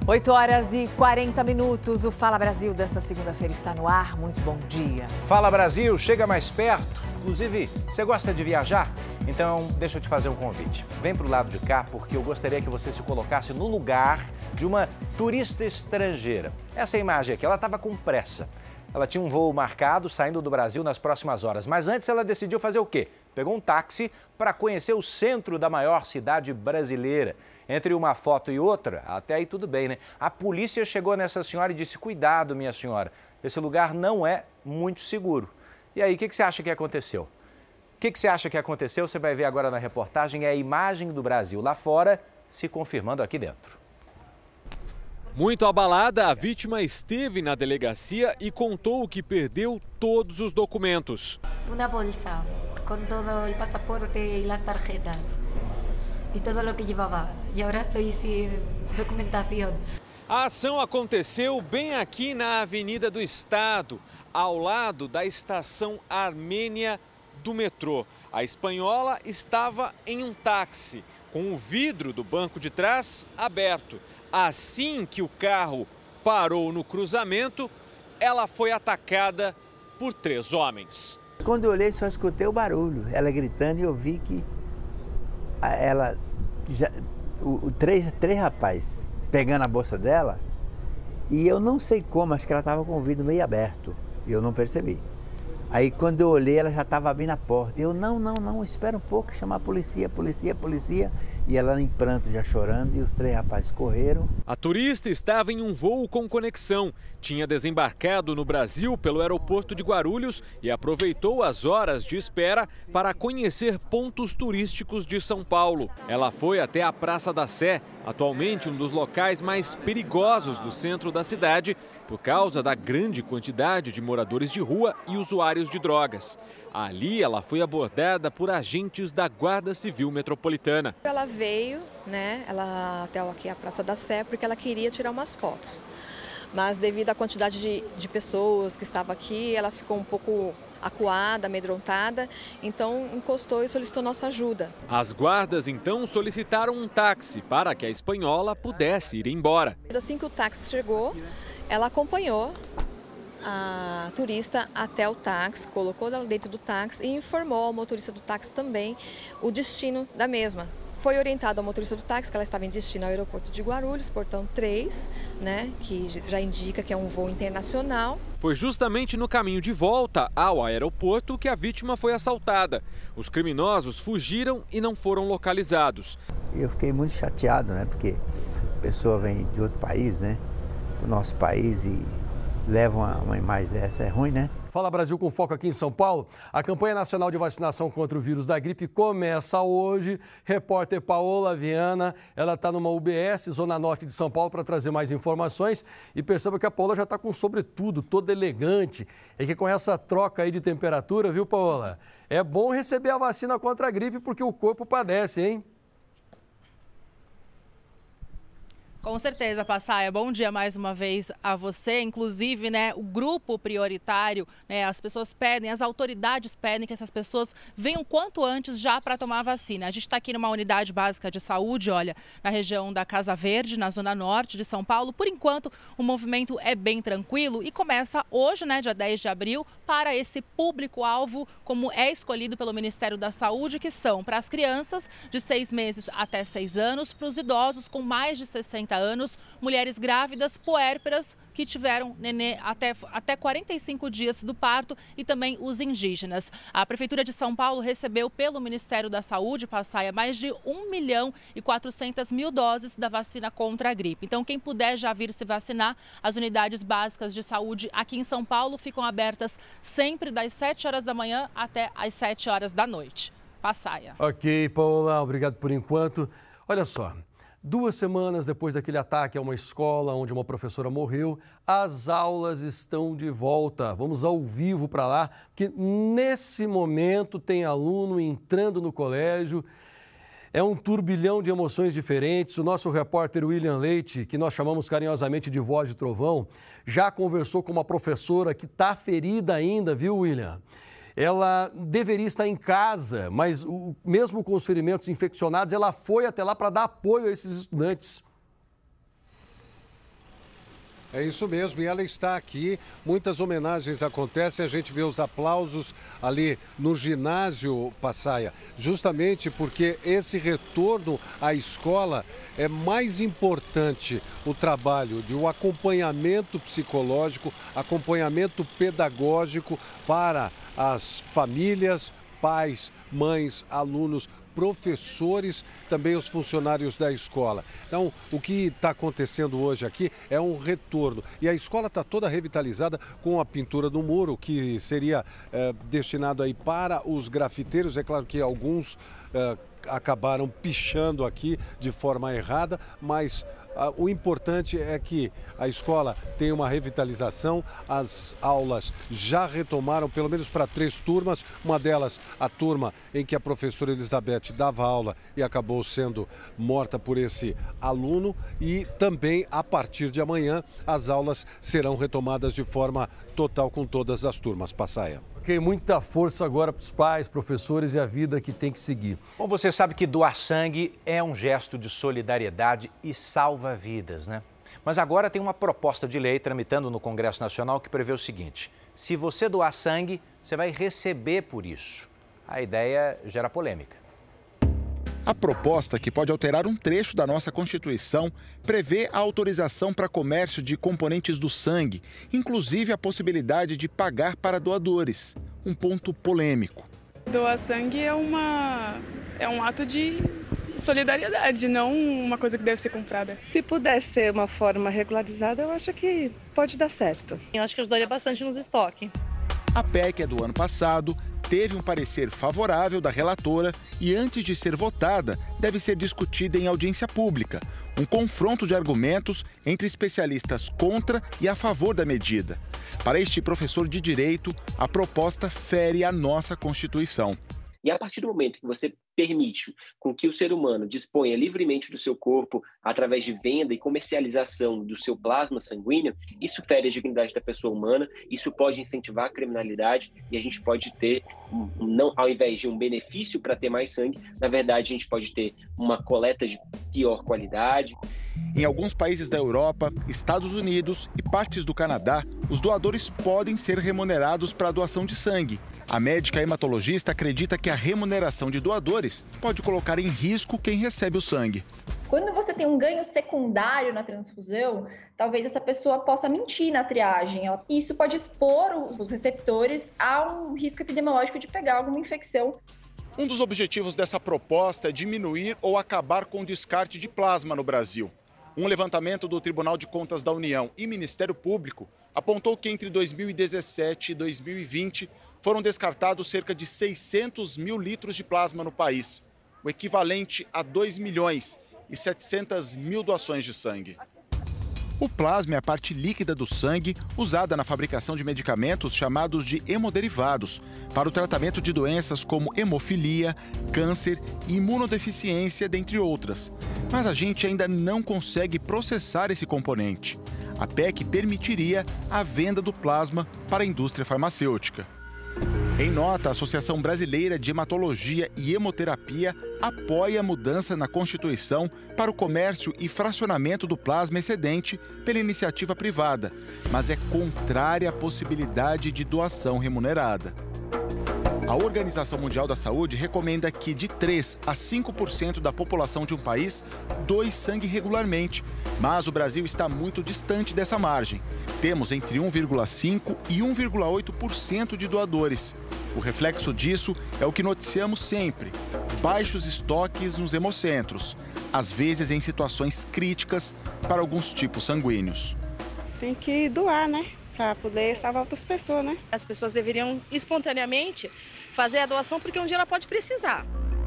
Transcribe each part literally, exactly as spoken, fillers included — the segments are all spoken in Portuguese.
oito horas e quarenta minutos. O Fala Brasil desta segunda-feira está no ar. Muito bom dia. Fala Brasil, chega mais perto. Inclusive, você gosta de viajar? Então, deixa eu te fazer um convite. Vem pro lado de cá, porque eu gostaria que você se colocasse no lugar de uma turista estrangeira. Essa imagem aqui, ela estava com pressa. Ela tinha um voo marcado saindo do Brasil nas próximas horas. Mas antes ela decidiu fazer o quê? Pegou um táxi para conhecer o centro da maior cidade brasileira. Entre uma foto e outra, até aí tudo bem, né? A polícia chegou nessa senhora e disse: cuidado, minha senhora, esse lugar não é muito seguro. E aí, o que, que você acha que aconteceu? O que, que você acha que aconteceu? Você vai ver agora na reportagem, é a imagem do Brasil lá fora se confirmando aqui dentro. Muito abalada, a vítima esteve na delegacia e contou que perdeu todos os documentos. Uma bolsa com todo o passaporte e as tarjetas e tudo o que levava. E agora estou sem documentação. A ação aconteceu bem aqui na Avenida do Estado, ao lado da estação Armênia do metrô. A espanhola estava em um táxi, com o vidro do banco de trás aberto. Assim que o carro parou no cruzamento, ela foi atacada por três homens. Quando eu olhei, só escutei o barulho, ela gritando, e eu vi que ela, já, o, o, três, três rapazes pegando a bolsa dela, e eu não sei como, acho que ela estava com o vidro meio aberto, e eu não percebi. Aí quando eu olhei, ela já estava abrindo a porta. Eu, não, não, não, espera um pouco, chamar a polícia, polícia, polícia. E ela em pranto, já chorando, e os três rapazes correram. A turista estava em um voo com conexão. Tinha desembarcado no Brasil pelo aeroporto de Guarulhos e aproveitou as horas de espera para conhecer pontos turísticos de São Paulo. Ela foi até a Praça da Sé, atualmente um dos locais mais perigosos do centro da cidade, por causa da grande quantidade de moradores de rua e usuários de drogas. Ali ela foi abordada por agentes da Guarda Civil Metropolitana. Ela veio, né, ela até aqui a Praça da Sé, porque ela queria tirar umas fotos. Mas devido à quantidade de, de pessoas que estavam aqui, ela ficou um pouco acuada, amedrontada, então encostou e solicitou nossa ajuda. As guardas então solicitaram um táxi para que a espanhola pudesse ir embora. Assim que o táxi chegou, ela acompanhou a turista até o táxi, colocou ela dentro do táxi e informou ao motorista do táxi também o destino da mesma. Foi orientado ao motorista do táxi que ela estava em destino ao aeroporto de Guarulhos, portão três, né, que já indica que é um voo internacional. Foi justamente no caminho de volta ao aeroporto que a vítima foi assaltada. Os criminosos fugiram e não foram localizados. Eu fiquei muito chateado, né, porque a pessoa vem de outro país, né, do nosso país, e leva uma, uma imagem dessa, é ruim, né? Fala Brasil com foco aqui em São Paulo. A campanha nacional de vacinação contra o vírus da gripe começa hoje. Repórter Paola Viana, ela está numa U B S, Zona Norte de São Paulo, para trazer mais informações. E perceba que a Paola já está com sobretudo, toda elegante. É que com essa troca aí de temperatura, viu, Paola? É bom receber a vacina contra a gripe porque o corpo padece, hein? Com certeza, Passaia. Bom dia mais uma vez a você. Inclusive, né, o grupo prioritário, né, as pessoas pedem, as autoridades pedem que essas pessoas venham quanto antes já para tomar a vacina. A gente está aqui numa unidade básica de saúde, olha, na região da Casa Verde, na zona norte de São Paulo. Por enquanto, o movimento é bem tranquilo e começa hoje, né, dia dez de abril, para esse público-alvo, como é escolhido pelo Ministério da Saúde, que são para as crianças de seis meses até seis anos, para os idosos com mais de sessenta anos, mulheres grávidas, puérperas que tiveram nenê até, até quarenta e cinco dias do parto e também os indígenas. A Prefeitura de São Paulo recebeu pelo Ministério da Saúde, Passaia, mais de um milhão e quatrocentas mil doses da vacina contra a gripe. Então, quem puder já vir se vacinar, as unidades básicas de saúde aqui em São Paulo ficam abertas sempre das sete horas da manhã até as sete horas da noite. Passaia. Ok, Paola, obrigado por enquanto. Olha só. Duas semanas depois daquele ataque a uma escola onde uma professora morreu, as aulas estão de volta. Vamos ao vivo para lá, porque nesse momento tem aluno entrando no colégio. É um turbilhão de emoções diferentes. O nosso repórter William Leite, que nós chamamos carinhosamente de Voz de Trovão, já conversou com uma professora que está ferida ainda, viu, William? Ela deveria estar em casa, mas o, mesmo com os ferimentos infeccionados, ela foi até lá para dar apoio a esses estudantes. É isso mesmo, e ela está aqui, muitas homenagens acontecem, a gente vê os aplausos ali no ginásio Passaia, justamente porque esse retorno à escola é mais importante o trabalho de um acompanhamento psicológico, acompanhamento pedagógico para as famílias, pais, mães, alunos, professores, também os funcionários da escola. Então, o que está acontecendo hoje aqui é um retorno. E a escola está toda revitalizada com a pintura do muro, que seria é, destinado aí para os grafiteiros. É claro que alguns é, acabaram pichando aqui de forma errada, mas ah, o importante é que a escola tem uma revitalização, as aulas já retomaram, pelo menos para três turmas, uma delas a turma em que a professora Elizabeth dava aula e acabou sendo morta por esse aluno, e também a partir de amanhã as aulas serão retomadas de forma total com todas as turmas. Passaia. Ok, muita força agora para os pais, professores e a vida que tem que seguir. Bom, você sabe que doar sangue é um gesto de solidariedade e salva vidas, né? Mas agora tem uma proposta de lei tramitando no Congresso Nacional que prevê o seguinte: se você doar sangue, você vai receber por isso. A ideia gera polêmica. A proposta, que pode alterar um trecho da nossa Constituição, prevê a autorização para comércio de componentes do sangue, inclusive a possibilidade de pagar para doadores. Um ponto polêmico. Doar sangue é, uma, é um ato de solidariedade, não uma coisa que deve ser comprada. Se puder ser uma forma regularizada, eu acho que pode dar certo. Eu acho que ajudaria bastante nos estoques. A P E C é do ano passado, teve um parecer favorável da relatora e, antes de ser votada, deve ser discutida em audiência pública. Um confronto de argumentos entre especialistas contra e a favor da medida. Para este professor de Direito, a proposta fere a nossa Constituição. E a partir do momento que você permite com que o ser humano disponha livremente do seu corpo através de venda e comercialização do seu plasma sanguíneo, isso fere a dignidade da pessoa humana, isso pode incentivar a criminalidade e a gente pode ter, não, ao invés de um benefício para ter mais sangue, na verdade a gente pode ter uma coleta de pior qualidade. Em alguns países da Europa, Estados Unidos e partes do Canadá, os doadores podem ser remunerados para a doação de sangue. A médica hematologista acredita que a remuneração de doadores pode colocar em risco quem recebe o sangue. Quando você tem um ganho secundário na transfusão, talvez essa pessoa possa mentir na triagem. Isso pode expor os receptores a um risco epidemiológico de pegar alguma infecção. Um dos objetivos dessa proposta é diminuir ou acabar com o descarte de plasma no Brasil. Um levantamento do Tribunal de Contas da União e Ministério Público apontou que entre dois mil e dezessete e dois mil e vinte foram descartados cerca de seiscentos mil litros de plasma no país, o equivalente a dois milhões e setecentas mil doações de sangue. O plasma é a parte líquida do sangue usada na fabricação de medicamentos chamados de hemoderivados, para o tratamento de doenças como hemofilia, câncer e imunodeficiência, dentre outras. Mas a gente ainda não consegue processar esse componente. A P E C permitiria a venda do plasma para a indústria farmacêutica. Em nota, a Associação Brasileira de Hematologia e Hemoterapia apoia a mudança na Constituição para o comércio e fracionamento do plasma excedente pela iniciativa privada, mas é contrária à possibilidade de doação remunerada. A Organização Mundial da Saúde recomenda que de três a cinco por cento da população de um país doe sangue regularmente, mas o Brasil está muito distante dessa margem. Temos entre um vírgula cinco por cento e um vírgula oito por cento de doadores. O reflexo disso é o que noticiamos sempre: baixos estoques nos hemocentros, às vezes em situações críticas para alguns tipos sanguíneos. Tem que doar, né? Para poder salvar outras pessoas, né? As pessoas deveriam espontaneamente fazer a doação porque um dia ela pode precisar.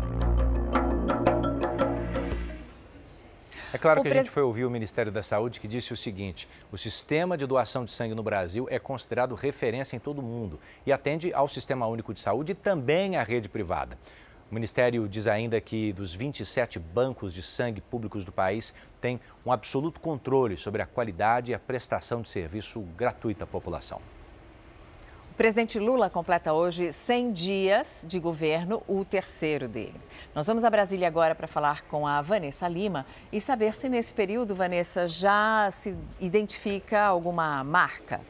É claro que a gente foi ouvir o Ministério da Saúde, que disse o seguinte: o sistema de doação de sangue no Brasil é considerado referência em todo o mundo e atende ao Sistema Único de Saúde e também à rede privada. O Ministério diz ainda que dos vinte e sete bancos de sangue públicos do país, tem um absoluto controle sobre a qualidade e a prestação de serviço gratuito à população. presidente Lula completa hoje cem dias de governo, o terceiro dele. Nós vamos a Brasília agora para falar com a Vanessa Lima e saber se nesse período, Vanessa, já se identifica alguma marca.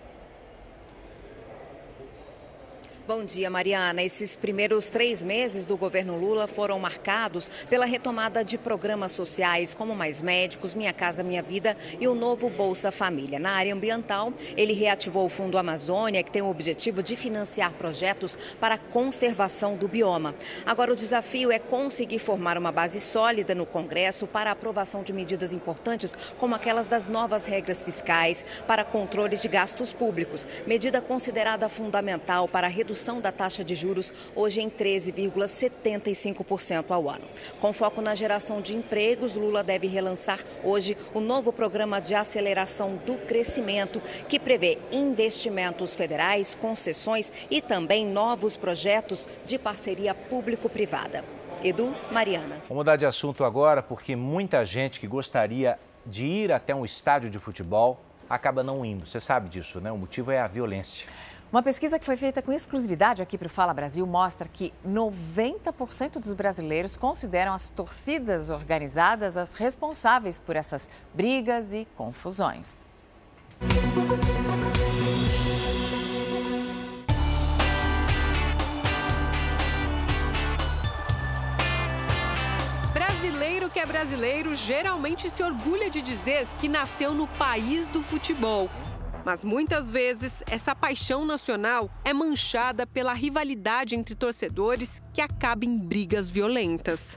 Bom dia, Mariana. Esses primeiros três meses do governo Lula foram marcados pela retomada de programas sociais como Mais Médicos, Minha Casa Minha Vida e o novo Bolsa Família. Na área ambiental, ele reativou o Fundo Amazônia, que tem o objetivo de financiar projetos para a conservação do bioma. Agora, o desafio é conseguir formar uma base sólida no Congresso para a aprovação de medidas importantes, como aquelas das novas regras fiscais para controle de gastos públicos, medida considerada fundamental para a redução da taxa de juros, hoje em treze vírgula setenta e cinco por cento ao ano. Com foco na geração de empregos, Lula deve relançar hoje o novo programa de aceleração do crescimento, que prevê investimentos federais, concessões e também novos projetos de parceria público-privada. Edu, Mariana. Vamos mudar de assunto agora, porque muita gente que gostaria de ir até um estádio de futebol acaba não indo. Você sabe disso, né? O motivo é a violência. Uma pesquisa que foi feita com exclusividade aqui para o Fala Brasil mostra que noventa por cento dos brasileiros consideram as torcidas organizadas as responsáveis por essas brigas e confusões. Brasileiro que é brasileiro geralmente se orgulha de dizer que nasceu no país do futebol. Mas muitas vezes essa paixão nacional é manchada pela rivalidade entre torcedores que acaba em brigas violentas.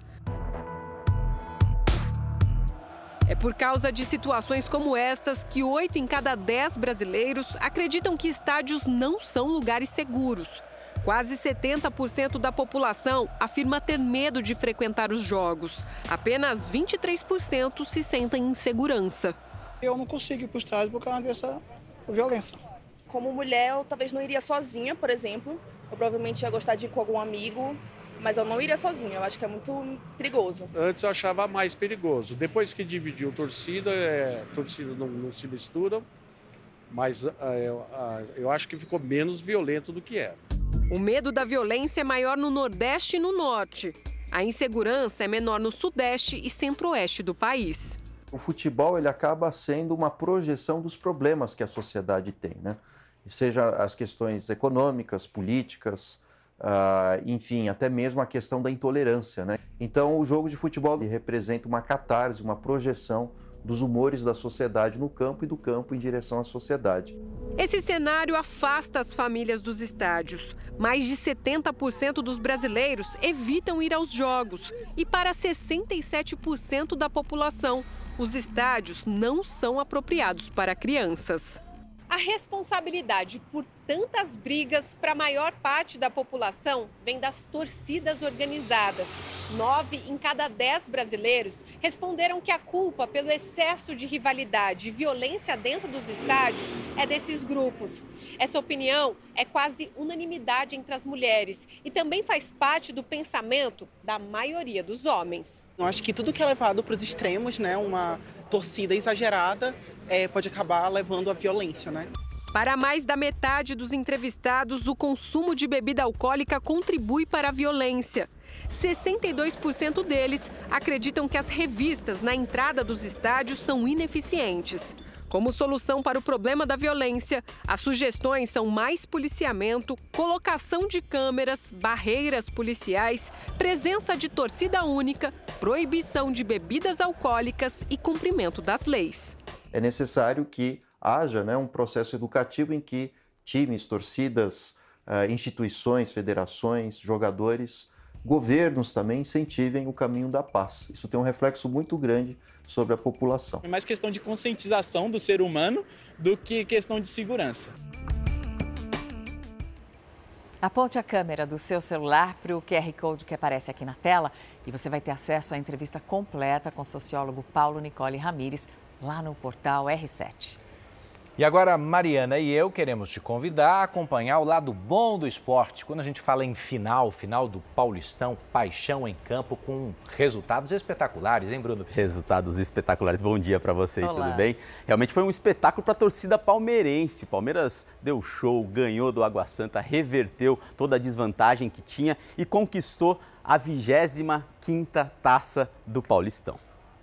É por causa de situações como estas que oito em cada dez brasileiros acreditam que estádios não são lugares seguros. Quase setenta por cento da população afirma ter medo de frequentar os jogos. Apenas vinte e três por cento se sentem em segurança. Eu não consigo ir para o estádio por causa dessa violência. Como mulher, eu talvez não iria sozinha, por exemplo. Eu provavelmente ia gostar de ir com algum amigo, mas eu não iria sozinha. Eu acho que é muito perigoso. Antes eu achava mais perigoso. Depois que dividiu torcida, é, torcida não, não se misturam, mas é, eu acho que ficou menos violento do que era. O medo da violência é maior no Nordeste e no Norte. A insegurança é menor no Sudeste e Centro-Oeste do país. O futebol ele acaba sendo uma projeção dos problemas que a sociedade tem, né? Seja as questões econômicas, políticas, uh, enfim, até mesmo a questão da intolerância, né? Então, o jogo de futebol ele representa uma catarse, uma projeção dos humores da sociedade no campo e do campo em direção à sociedade. Esse cenário afasta as famílias dos estádios. Mais de setenta por cento dos brasileiros evitam ir aos jogos. E para sessenta e sete por cento da população, os estádios não são apropriados para crianças. A responsabilidade por tantas brigas para a maior parte da população vem das torcidas organizadas. Nove em cada dez brasileiros responderam que a culpa pelo excesso de rivalidade e violência dentro dos estádios é desses grupos. Essa opinião é quase unanimidade entre as mulheres e também faz parte do pensamento da maioria dos homens. Eu acho que tudo que é levado para os extremos, né, uma torcida exagerada, É, pode acabar levando à violência, né? Para mais da metade dos entrevistados, o consumo de bebida alcoólica contribui para a violência. sessenta e dois por cento deles acreditam que as revistas na entrada dos estádios são ineficientes. Como solução para o problema da violência, as sugestões são mais policiamento, colocação de câmeras, barreiras policiais, presença de torcida única, proibição de bebidas alcoólicas e cumprimento das leis. É necessário que haja, né, um processo educativo em que times, torcidas, uh, instituições, federações, jogadores, governos também incentivem o caminho da paz. Isso tem um reflexo muito grande sobre a população. É mais questão de conscientização do ser humano do que questão de segurança. Aponte a câmera do seu celular para o Q R Code que aparece aqui na tela e você vai ter acesso à entrevista completa com o sociólogo Paulo Nicole Ramires lá no portal R sete. E agora, Mariana e eu queremos te convidar a acompanhar o lado bom do esporte. Quando a gente fala em final, final do Paulistão, paixão em campo com resultados espetaculares, hein, Bruno? Resultados espetaculares. Bom dia para vocês, Olá. tudo bem? Realmente foi um espetáculo para a torcida palmeirense. O Palmeiras deu show, ganhou do Água Santa, reverteu toda a desvantagem que tinha e conquistou a vigésima quinta taça do Paulistão.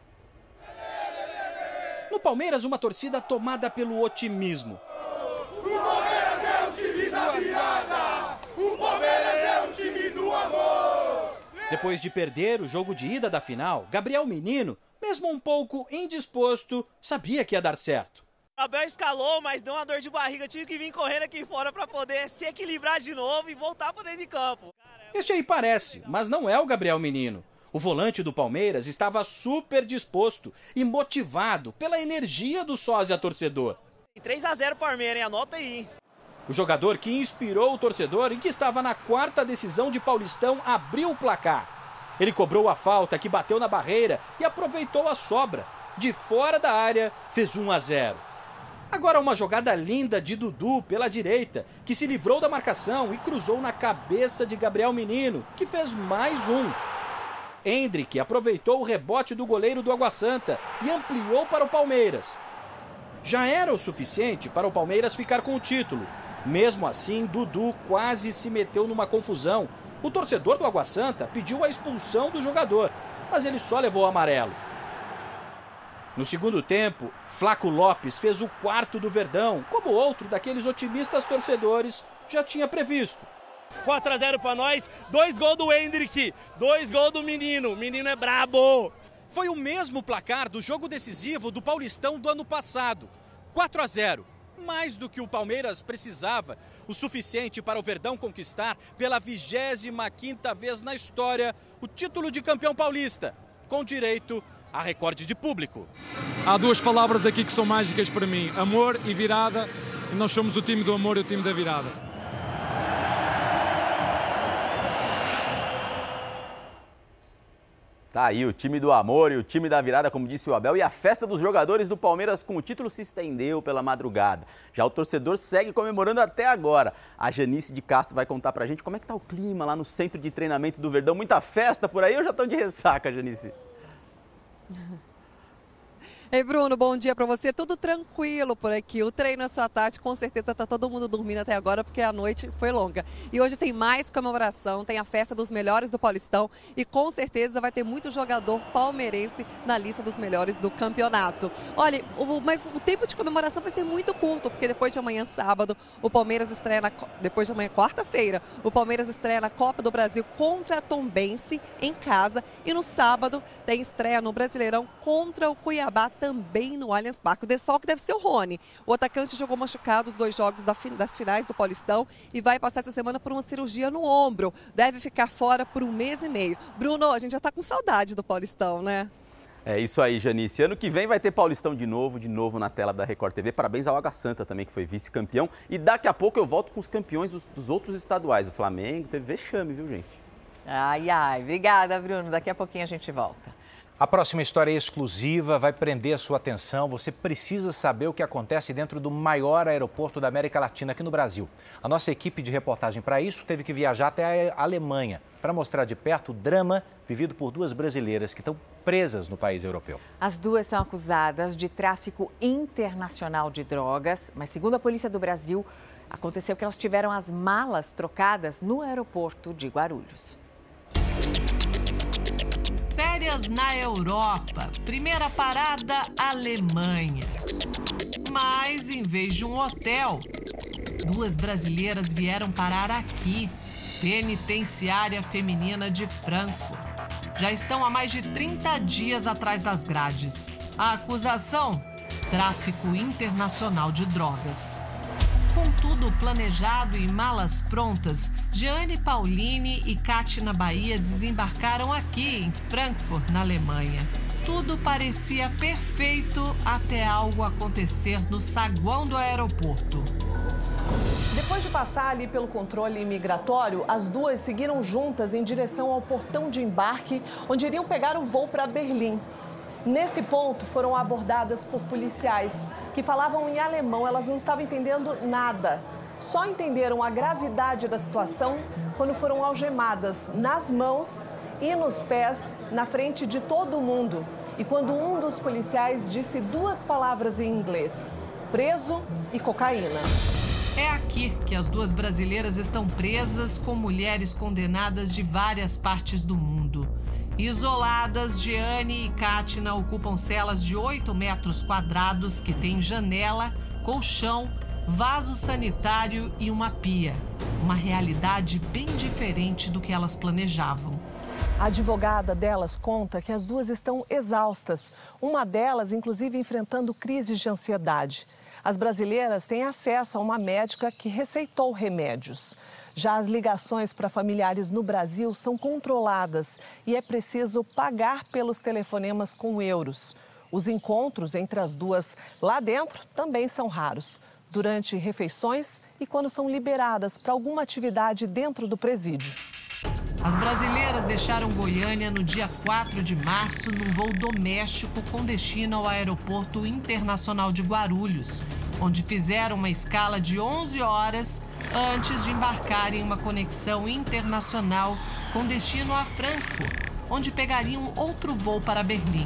No Palmeiras, uma torcida tomada pelo otimismo. O Palmeiras é o time da virada! O Palmeiras é o time do amor! Depois de perder o jogo de ida da final, Gabriel Menino, mesmo um pouco indisposto, sabia que ia dar certo. Abel escalou, mas deu uma dor de barriga. Tive que vir correndo aqui fora para poder se equilibrar de novo e voltar para dentro de campo. Este aí parece, mas não é o Gabriel Menino. O volante do Palmeiras estava super disposto e motivado pela energia do sósia torcedor. três a zero Palmeiras, hein? Anota aí. O jogador que inspirou o torcedor e que estava na quarta decisão de Paulistão abriu o placar. Ele cobrou a falta que bateu na barreira e aproveitou a sobra. De fora da área, fez um a zero. Agora uma jogada linda de Dudu pela direita, que se livrou da marcação e cruzou na cabeça de Gabriel Menino, que fez mais um. Endrick aproveitou o rebote do goleiro do Água Santa e ampliou para o Palmeiras. Já era o suficiente para o Palmeiras ficar com o título. Mesmo assim, Dudu quase se meteu numa confusão. O torcedor do Água Santa pediu a expulsão do jogador, mas ele só levou o amarelo. No segundo tempo, Flaco Lopes fez o quarto do Verdão, como outro daqueles otimistas torcedores já tinha previsto. quatro a zero para nós, dois gols do Endrick, dois gols do Menino, o Menino é brabo. Foi o mesmo placar do jogo decisivo do Paulistão do ano passado, quatro a zero. Mais do que o Palmeiras precisava, o suficiente para o Verdão conquistar pela vigésima quinta vez na história o título de campeão paulista, com direito a recorde de público. Há duas palavras aqui que são mágicas para mim, amor e virada, e nós somos o time do amor e o time da virada. Tá aí o time do amor e o time da virada, como disse o Abel, e a festa dos jogadores do Palmeiras com o título se estendeu pela madrugada. Já o torcedor segue comemorando até agora. A Janice de Castro vai contar pra gente como é que tá o clima lá no centro de treinamento do Verdão. Muita festa por aí ou já estão de ressaca, Janice? Ei, Bruno, bom dia para você. Tudo tranquilo por aqui. O treino essa tarde, com certeza tá todo mundo dormindo até agora, porque a noite foi longa. E hoje tem mais comemoração, tem a festa dos melhores do Paulistão e com certeza vai ter muito jogador palmeirense na lista dos melhores do campeonato. Olha, o, mas o tempo de comemoração vai ser muito curto, porque depois de amanhã, sábado, o Palmeiras estreia na... Depois de amanhã, quarta-feira, o Palmeiras estreia na Copa do Brasil contra a Tombense em casa. E no sábado tem estreia no Brasileirão contra o Cuiabá, também no Allianz Parque. O desfalque deve ser o Rony. O atacante jogou machucado os dois jogos das finais do Paulistão e vai passar essa semana por uma cirurgia no ombro. Deve ficar fora por um mês e meio. Bruno, a gente já está com saudade do Paulistão, né? É isso aí, Janice. Ano que vem vai ter Paulistão de novo, de novo na tela da Record T V. Parabéns ao Água Santa também, que foi vice-campeão. E daqui a pouco eu volto com os campeões dos, dos outros estaduais. O Flamengo teve vexame, viu, gente? Ai, ai. Obrigada, Bruno. Daqui a pouquinho a gente volta. A próxima história é exclusiva, vai prender a sua atenção. Você precisa saber o que acontece dentro do maior aeroporto da América Latina, aqui no Brasil. A nossa equipe de reportagem para isso teve que viajar até a Alemanha para mostrar de perto o drama vivido por duas brasileiras que estão presas no país europeu. As duas são acusadas de tráfico internacional de drogas, mas segundo a Polícia do Brasil, aconteceu que elas tiveram as malas trocadas no aeroporto de Guarulhos. Férias na Europa. Primeira parada, Alemanha. Mas, em vez de um hotel, duas brasileiras vieram parar aqui, Penitenciária Feminina de Frankfurt. Já estão há mais de trinta dias atrás das grades. A acusação? Tráfico internacional de drogas. Com tudo planejado e malas prontas, Jeane Pauline e Kátia Bahia desembarcaram aqui em Frankfurt, na Alemanha. Tudo parecia perfeito até algo acontecer no saguão do aeroporto. Depois de passar ali pelo controle migratório, as duas seguiram juntas em direção ao portão de embarque, onde iriam pegar o voo para Berlim. Nesse ponto, foram abordadas por policiais que falavam em alemão, elas não estavam entendendo nada. Só entenderam a gravidade da situação quando foram algemadas nas mãos e nos pés, na frente de todo mundo. E quando um dos policiais disse duas palavras em inglês: preso e cocaína. É aqui que as duas brasileiras estão presas com mulheres condenadas de várias partes do mundo. Isoladas, Jeane e Kátina ocupam celas de oito metros quadrados que têm janela, colchão, vaso sanitário e uma pia. Uma realidade bem diferente do que elas planejavam. A advogada delas conta que as duas estão exaustas, uma delas, inclusive, enfrentando crises de ansiedade. As brasileiras têm acesso a uma médica que receitou remédios. Já as ligações para familiares no Brasil são controladas e é preciso pagar pelos telefonemas com euros. Os encontros entre as duas lá dentro também são raros, durante refeições e quando são liberadas para alguma atividade dentro do presídio. As brasileiras deixaram Goiânia no dia quatro de março num voo doméstico com destino ao Aeroporto Internacional de Guarulhos, onde fizeram uma escala de onze horas antes de embarcar em uma conexão internacional com destino a Frankfurt, onde pegariam outro voo para Berlim.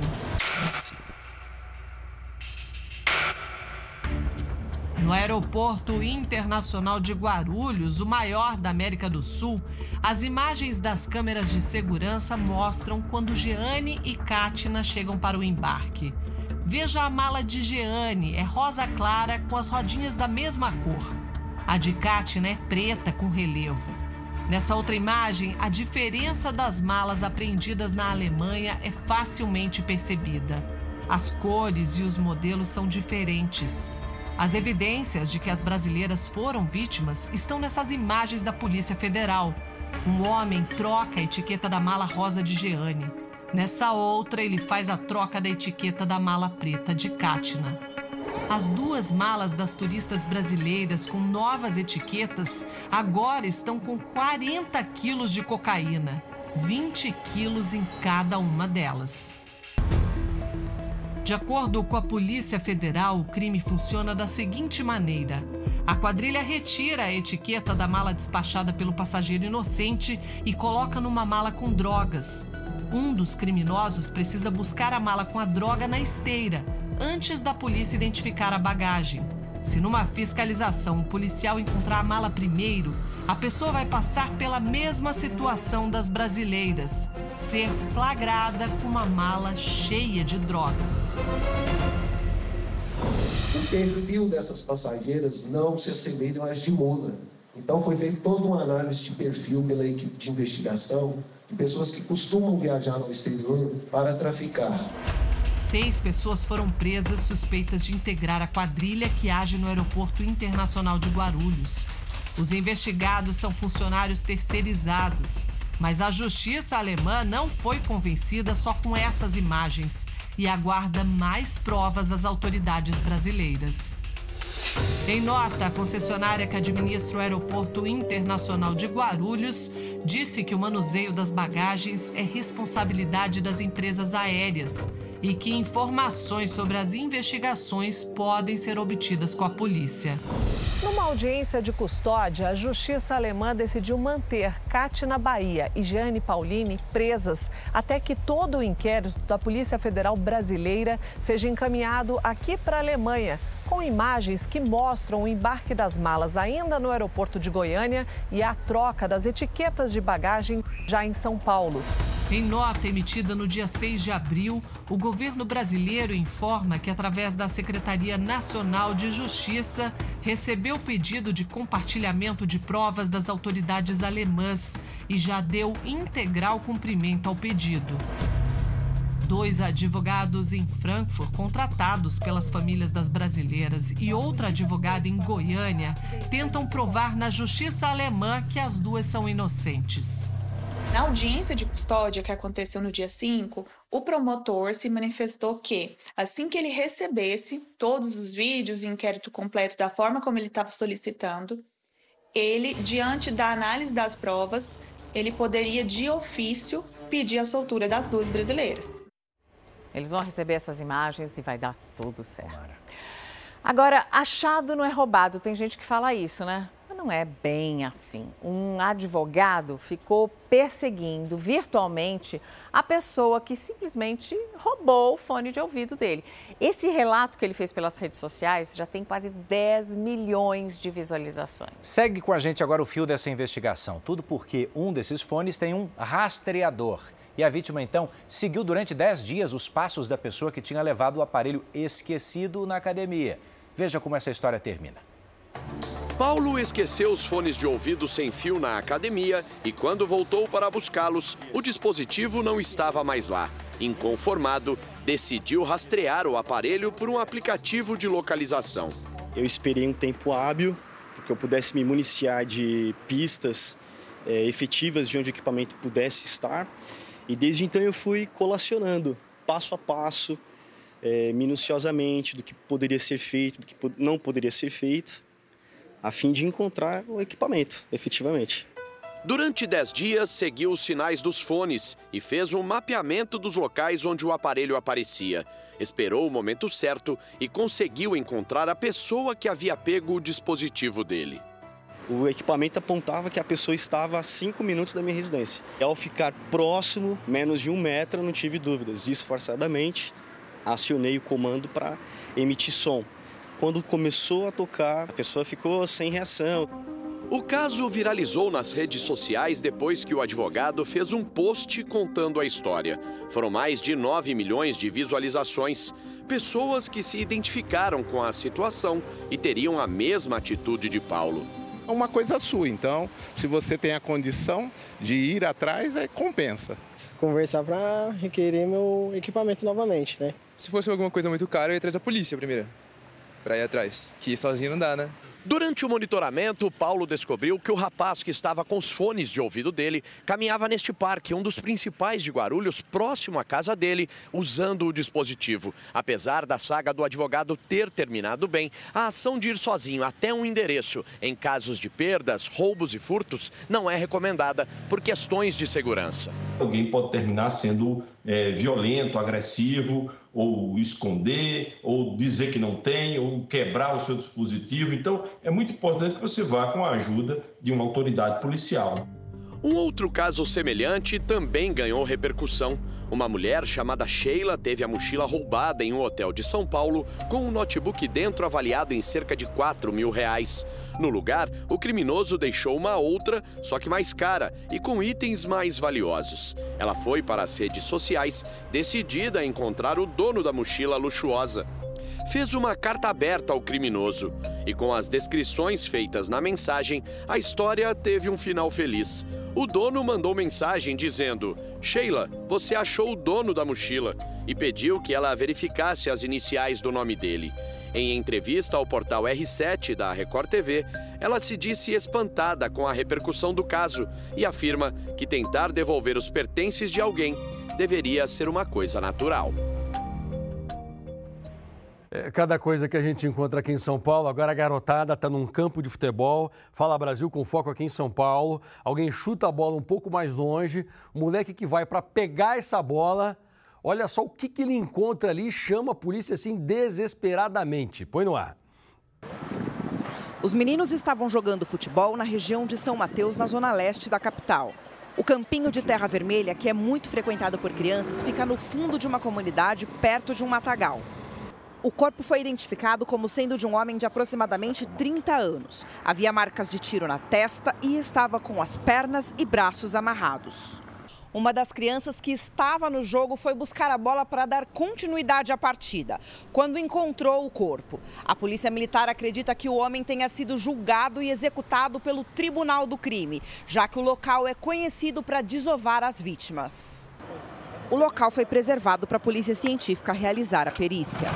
No Aeroporto Internacional de Guarulhos, o maior da América do Sul, as imagens das câmeras de segurança mostram quando Jeane e Kátina chegam para o embarque. Veja a mala de Jeane, é rosa clara com as rodinhas da mesma cor. A de Kátina é preta com relevo. Nessa outra imagem, a diferença das malas apreendidas na Alemanha é facilmente percebida. As cores e os modelos são diferentes. As evidências de que as brasileiras foram vítimas estão nessas imagens da Polícia Federal. Um homem troca a etiqueta da mala rosa de Jeane. Nessa outra, ele faz a troca da etiqueta da mala preta de Kátina. As duas malas das turistas brasileiras com novas etiquetas agora estão com quarenta quilos de cocaína, vinte quilos em cada uma delas. De acordo com a Polícia Federal, o crime funciona da seguinte maneira: a quadrilha retira a etiqueta da mala despachada pelo passageiro inocente e coloca numa mala com drogas. Um dos criminosos precisa buscar a mala com a droga na esteira, antes da polícia identificar a bagagem. Se numa fiscalização o policial encontrar a mala primeiro, a pessoa vai passar pela mesma situação das brasileiras, ser flagrada com uma mala cheia de drogas. O perfil dessas passageiras não se assemelha às de mula. Então foi feita toda uma análise de perfil pela equipe de investigação de pessoas que costumam viajar ao exterior para traficar. Seis pessoas foram presas suspeitas de integrar a quadrilha que age no Aeroporto Internacional de Guarulhos. Os investigados são funcionários terceirizados, mas a justiça alemã não foi convencida só com essas imagens e aguarda mais provas das autoridades brasileiras. Em nota, a concessionária que administra o Aeroporto Internacional de Guarulhos disse que o manuseio das bagagens é responsabilidade das empresas aéreas e que informações sobre as investigações podem ser obtidas com a polícia. Numa audiência de custódia, a justiça alemã decidiu manter Kátina Bahia e Jeane Paulini presas até que todo o inquérito da Polícia Federal Brasileira seja encaminhado aqui para a Alemanha, com imagens que mostram o embarque das malas ainda no aeroporto de Goiânia e a troca das etiquetas de bagagem já em São Paulo. Em nota emitida no dia seis de abril, o governo brasileiro informa que, através da Secretaria Nacional de Justiça, recebeu pedido de compartilhamento de provas das autoridades alemãs e já deu integral cumprimento ao pedido. Dois advogados em Frankfurt, contratados pelas famílias das brasileiras, e outra advogada em Goiânia, tentam provar na justiça alemã que as duas são inocentes. Na audiência de custódia que aconteceu no dia cinco, o promotor se manifestou que, assim que ele recebesse todos os vídeos e inquérito completo da forma como ele estava solicitando, ele, diante da análise das provas, ele poderia, de ofício, pedir a soltura das duas brasileiras. Eles vão receber essas imagens e vai dar tudo certo. Agora, achado não é roubado. Tem gente que fala isso, né? Mas não é bem assim. Um advogado ficou perseguindo virtualmente a pessoa que simplesmente roubou o fone de ouvido dele. Esse relato que ele fez pelas redes sociais já tem quase dez milhões de visualizações. Segue com a gente agora o fio dessa investigação. Tudo porque um desses fones tem um rastreador. E a vítima, então, seguiu durante dez dias os passos da pessoa que tinha levado o aparelho esquecido na academia. Veja como essa história termina. Paulo esqueceu os fones de ouvido sem fio na academia e quando voltou para buscá-los, o dispositivo não estava mais lá. Inconformado, decidiu rastrear o aparelho por um aplicativo de localização. Eu esperei um tempo hábil, para que eu pudesse me municiar de pistas é, efetivas de onde o equipamento pudesse estar. E desde então eu fui colacionando, passo a passo, é, minuciosamente, do que poderia ser feito, do que não poderia ser feito, a fim de encontrar o equipamento, efetivamente. Durante dez dias, seguiu os sinais dos fones e fez um mapeamento dos locais onde o aparelho aparecia. Esperou o momento certo e conseguiu encontrar a pessoa que havia pego o dispositivo dele. O equipamento apontava que a pessoa estava a cinco minutos da minha residência. E ao ficar próximo, menos de um metro, não tive dúvidas. Disfarçadamente, acionei o comando para emitir som. Quando começou a tocar, a pessoa ficou sem reação. O caso viralizou nas redes sociais depois que o advogado fez um post contando a história. Foram mais de nove milhões de visualizações. Pessoas que se identificaram com a situação e teriam a mesma atitude de Paulo. É uma coisa sua, então, se você tem a condição de ir atrás, é compensa. Conversar para requerer meu equipamento novamente, né? Se fosse alguma coisa muito cara, eu ia atrás da polícia primeiro, para ir atrás, que sozinho não dá, né? Durante o monitoramento, Paulo descobriu que o rapaz que estava com os fones de ouvido dele caminhava neste parque, um dos principais de Guarulhos, próximo à casa dele, usando o dispositivo. Apesar da saga do advogado ter terminado bem, a ação de ir sozinho até um endereço, em casos de perdas, roubos e furtos, não é recomendada por questões de segurança. Alguém pode terminar sendo é, violento, agressivo, ou esconder, ou dizer que não tem, ou quebrar o seu dispositivo. Então, é muito importante que você vá com a ajuda de uma autoridade policial. Um outro caso semelhante também ganhou repercussão. Uma mulher chamada Sheila teve a mochila roubada em um hotel de São Paulo com um notebook dentro avaliado em cerca de quatro mil reais. No lugar, o criminoso deixou uma outra, só que mais cara e com itens mais valiosos. Ela foi para as redes sociais, decidida a encontrar o dono da mochila luxuosa. Fez uma carta aberta ao criminoso e com as descrições feitas na mensagem, a história teve um final feliz. O dono mandou mensagem dizendo: Sheila, você achou o dono da mochila, e pediu que ela verificasse as iniciais do nome dele. Em entrevista ao portal R sete da Record T V, ela se disse espantada com a repercussão do caso e afirma que tentar devolver os pertences de alguém deveria ser uma coisa natural. É, cada coisa que a gente encontra aqui em São Paulo. Agora a garotada está num campo de futebol, Fala Brasil com foco aqui em São Paulo. Alguém chuta a bola um pouco mais longe, o moleque que vai para pegar essa bola, olha só o que, que ele encontra ali, chama a polícia assim desesperadamente. Põe no ar. Os meninos estavam jogando futebol na região de São Mateus, na zona leste da capital. O campinho de terra vermelha, que é muito frequentado por crianças, fica no fundo de uma comunidade perto de um matagal. O corpo foi identificado como sendo de um homem de aproximadamente trinta anos. Havia marcas de tiro na testa e estava com as pernas e braços amarrados. Uma das crianças que estava no jogo foi buscar a bola para dar continuidade à partida, quando encontrou o corpo. A polícia militar acredita que o homem tenha sido julgado e executado pelo Tribunal do Crime, já que o local é conhecido para desovar as vítimas. O local foi preservado para a polícia científica realizar a perícia.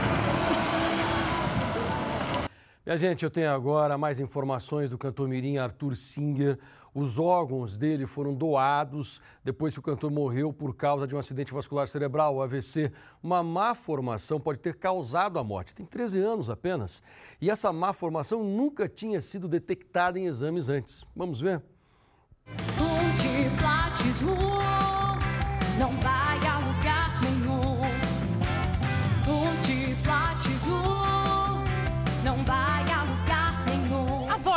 Minha gente, eu tenho agora mais informações do cantor mirim Arthur Singer. Os órgãos dele foram doados depois que o cantor morreu por causa de um acidente vascular cerebral, o A V C. Uma má formação pode ter causado a morte. Tem treze anos apenas. E essa má formação nunca tinha sido detectada em exames antes. Vamos ver? Não vai a lugar nenhum.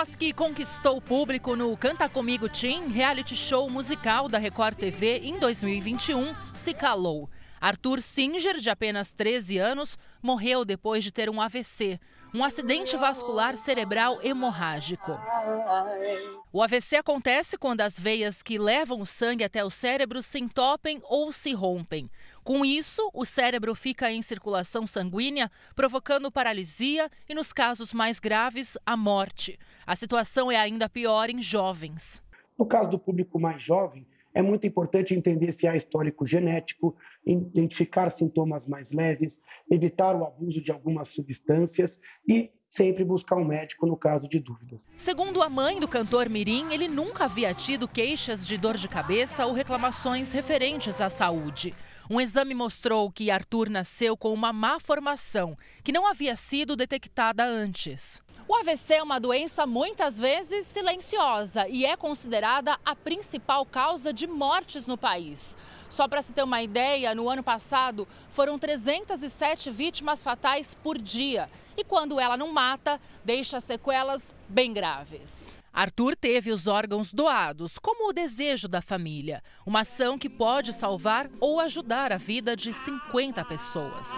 voz que conquistou o público no Canta Comigo Tim, reality show musical da Record T V em dois mil e vinte e um, se calou. Arthur Singer, de apenas treze anos, morreu depois de ter um A V C, um acidente vascular cerebral hemorrágico. O A V C acontece quando as veias que levam o sangue até o cérebro se entopem ou se rompem. Com isso, o cérebro fica em circulação sanguínea, provocando paralisia e, nos casos mais graves, a morte. A situação é ainda pior em jovens. No caso do público mais jovem, é muito importante entender se há histórico genético, identificar sintomas mais leves, evitar o abuso de algumas substâncias e sempre buscar um médico no caso de dúvidas. Segundo a mãe do cantor mirim, ele nunca havia tido queixas de dor de cabeça ou reclamações referentes à saúde. Um exame mostrou que Arthur nasceu com uma má formação, que não havia sido detectada antes. O A V C é uma doença muitas vezes silenciosa e é considerada a principal causa de mortes no país. Só para se ter uma ideia, no ano passado foram trezentas e sete vítimas fatais por dia. E quando ela não mata, deixa sequelas bem graves. Arthur teve os órgãos doados, como o desejo da família. Uma ação que pode salvar ou ajudar a vida de cinquenta pessoas.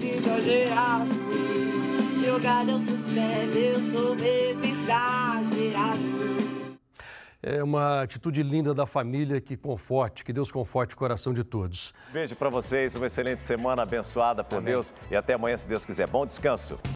É uma atitude linda da família que conforte, que Deus conforte o coração de todos. Beijo para vocês, uma excelente semana abençoada por Amém. Deus e até amanhã, se Deus quiser. Bom descanso.